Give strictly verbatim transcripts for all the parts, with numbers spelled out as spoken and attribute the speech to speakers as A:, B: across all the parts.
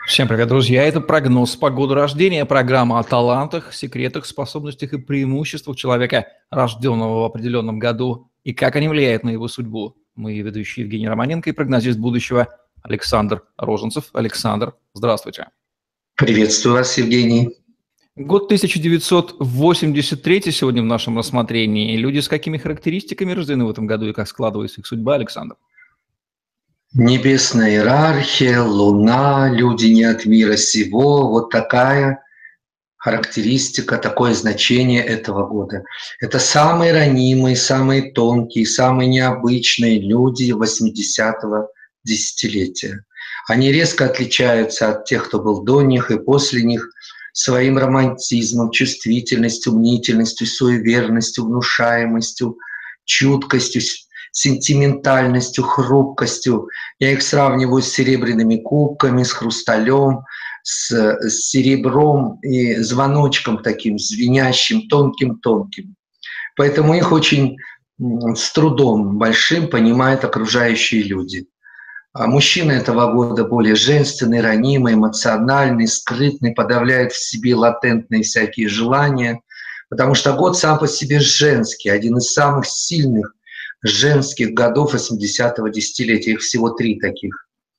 A: Всем привет, друзья! Это прогноз погоды рождения, программа о талантах, секретах, способностях и преимуществах человека, рожденного в определенном году, и как они влияют на его судьбу. Мы ведущие Евгений Романенко и прогнозист будущего Александр Роженцев. Александр, здравствуйте.
B: Приветствую вас, Евгений.
A: Год тысяча девятьсот восемьдесят третий сегодня в нашем рассмотрении. Люди с какими характеристиками рождены в этом году и как складывается их судьба, Александр?
B: Небесная иерархия, Луна, люди не от мира сего. Вот такая характеристика, такое значение этого года. Это самые ранимые, самые тонкие, самые необычные люди восьмидесятого десятилетия. Они резко отличаются от тех, кто был до них и после них, своим романтизмом, чувствительностью, мнительностью, суеверностью, внушаемостью, чуткостью, сентиментальностью, хрупкостью. Я их сравниваю с серебряными кубками, с хрусталем, с, с серебром и звоночком таким звенящим, тонким-тонким. Поэтому их очень с трудом большим понимают окружающие люди. А мужчина этого года более женственный, ранимый, эмоциональный, скрытный, подавляет в себе латентные всякие желания, потому что год сам по себе женский, один из самых сильных женских годов восьмидесятого десятилетия, их всего три таких.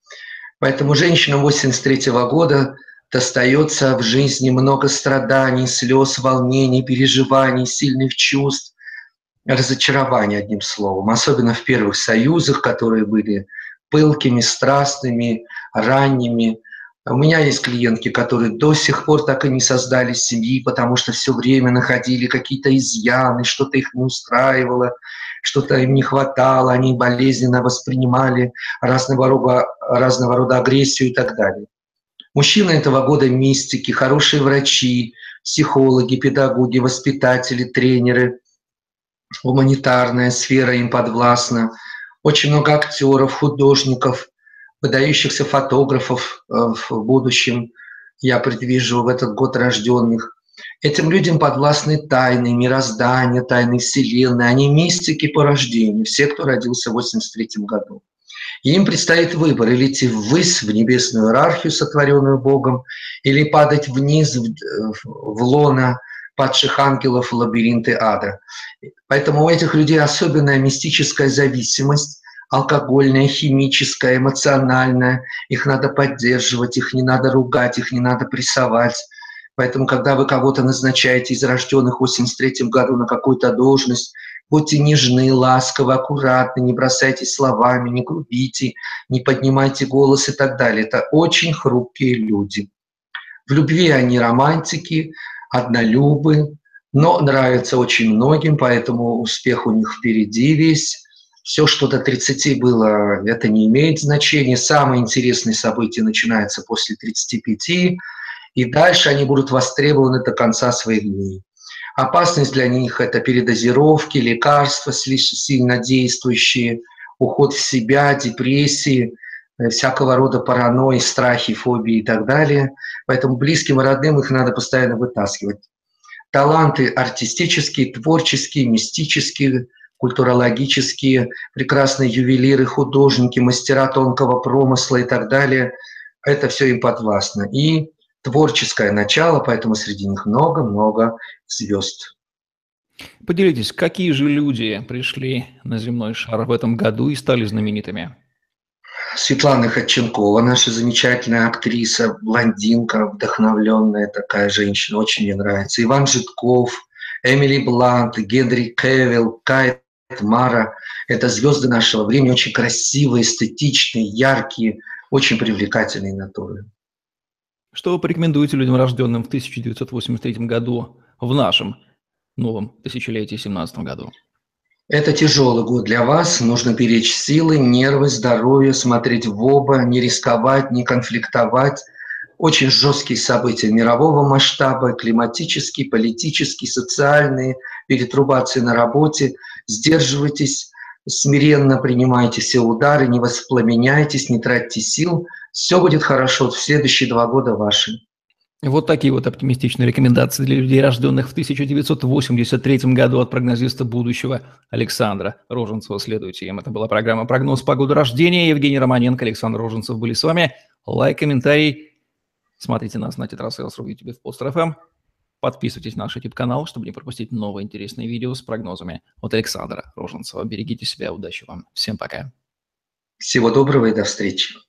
B: Поэтому женщинам восемьдесят третьего года достается в жизни много страданий, слез, волнений, переживаний, сильных чувств, разочарований, одним словом, особенно в первых союзах, которые были пылкими, страстными, ранними. У меня есть клиентки, которые до сих пор так и не создали семьи, потому что все время находили какие-то изъяны, что-то их не устраивало, что-то им не хватало, они болезненно воспринимали разного рода, разного рода агрессию и так далее. Мужчины этого года – мистики, хорошие врачи, психологи, педагоги, воспитатели, тренеры. Гуманитарная сфера им подвластна. Очень много актеров, художников, выдающихся фотографов в будущем я предвижу в этот год рожденных. Этим людям подвластны тайны мироздания, тайны Вселенной. Они мистики по рождению, все, кто родился в восемьдесят третьем году. И им предстоит выбор: или идти ввысь, в небесную иерархию, сотворенную Богом, или падать вниз, в, в лоно падших ангелов, в лабиринты ада. Поэтому у этих людей особенная мистическая зависимость, алкогольная, химическая, эмоциональная. Их надо поддерживать, их не надо ругать, их не надо прессовать. Поэтому, когда вы кого-то назначаете из рожденных в восемьдесят третьем году на какую-то должность, будьте нежны, ласковы, аккуратны, не бросайте словами, не грубите, не поднимайте голос и так далее. Это очень хрупкие люди. В любви они романтики, однолюбы, но нравятся очень многим, поэтому успех у них впереди весь. Все, что до тридцати было, это не имеет значения. Самые интересные события начинаются после тридцати пяти, и дальше они будут востребованы до конца своих дней. Опасность для них – это передозировки, лекарства слишком сильно действующие, уход в себя, депрессии, всякого рода паранойи, страхи, фобии и так далее. Поэтому близким и родным их надо постоянно вытаскивать. Таланты артистические, творческие, мистические, культурологические, прекрасные ювелиры, художники, мастера тонкого промысла и так далее – это все им подвластно. И творческое начало, поэтому среди них много-много звезд.
A: Поделитесь, какие же люди пришли на земной шар в этом году и стали знаменитыми?
B: Светлана Ходченкова, наша замечательная актриса, блондинка, вдохновленная такая женщина, очень мне нравится. Иван Житков, Эмили Блант, Генри Кевилл, Кайт Мара – это звезды нашего времени, очень красивые, эстетичные, яркие, очень привлекательные натуры.
A: Что вы порекомендуете людям, рожденным в тысяча девятьсот восемьдесят третьем году, в нашем новом тысячелетии, семнадцатом году?
B: Это тяжелый год для вас. Нужно беречь силы, нервы, здоровье, смотреть в оба, не рисковать, не конфликтовать. Очень жесткие события мирового масштаба, климатические, политические, социальные, перетрубации на работе. Сдерживайтесь, смиренно принимайте все удары, не воспламеняйтесь, не тратьте сил. Все будет хорошо, в следующие два года ваши.
A: Вот такие вот оптимистичные рекомендации для людей, рожденных в тысяча девятьсот восемьдесят третьем году от прогнозиста будущего Александра Роженцева. Следуйте им. Это была программа «Прогноз погоды рождения». Евгений Романенко, Александр Роженцев были с вами. Лайк, комментарий, Смотрите нас на Тетрасейлс в YouTube, в Постер эф эм. Подписывайтесь на наш YouTube-канал, чтобы не пропустить новые интересные видео с прогнозами от Александра Роженцева. Берегите себя, удачи вам. Всем пока.
B: Всего доброго и до встречи.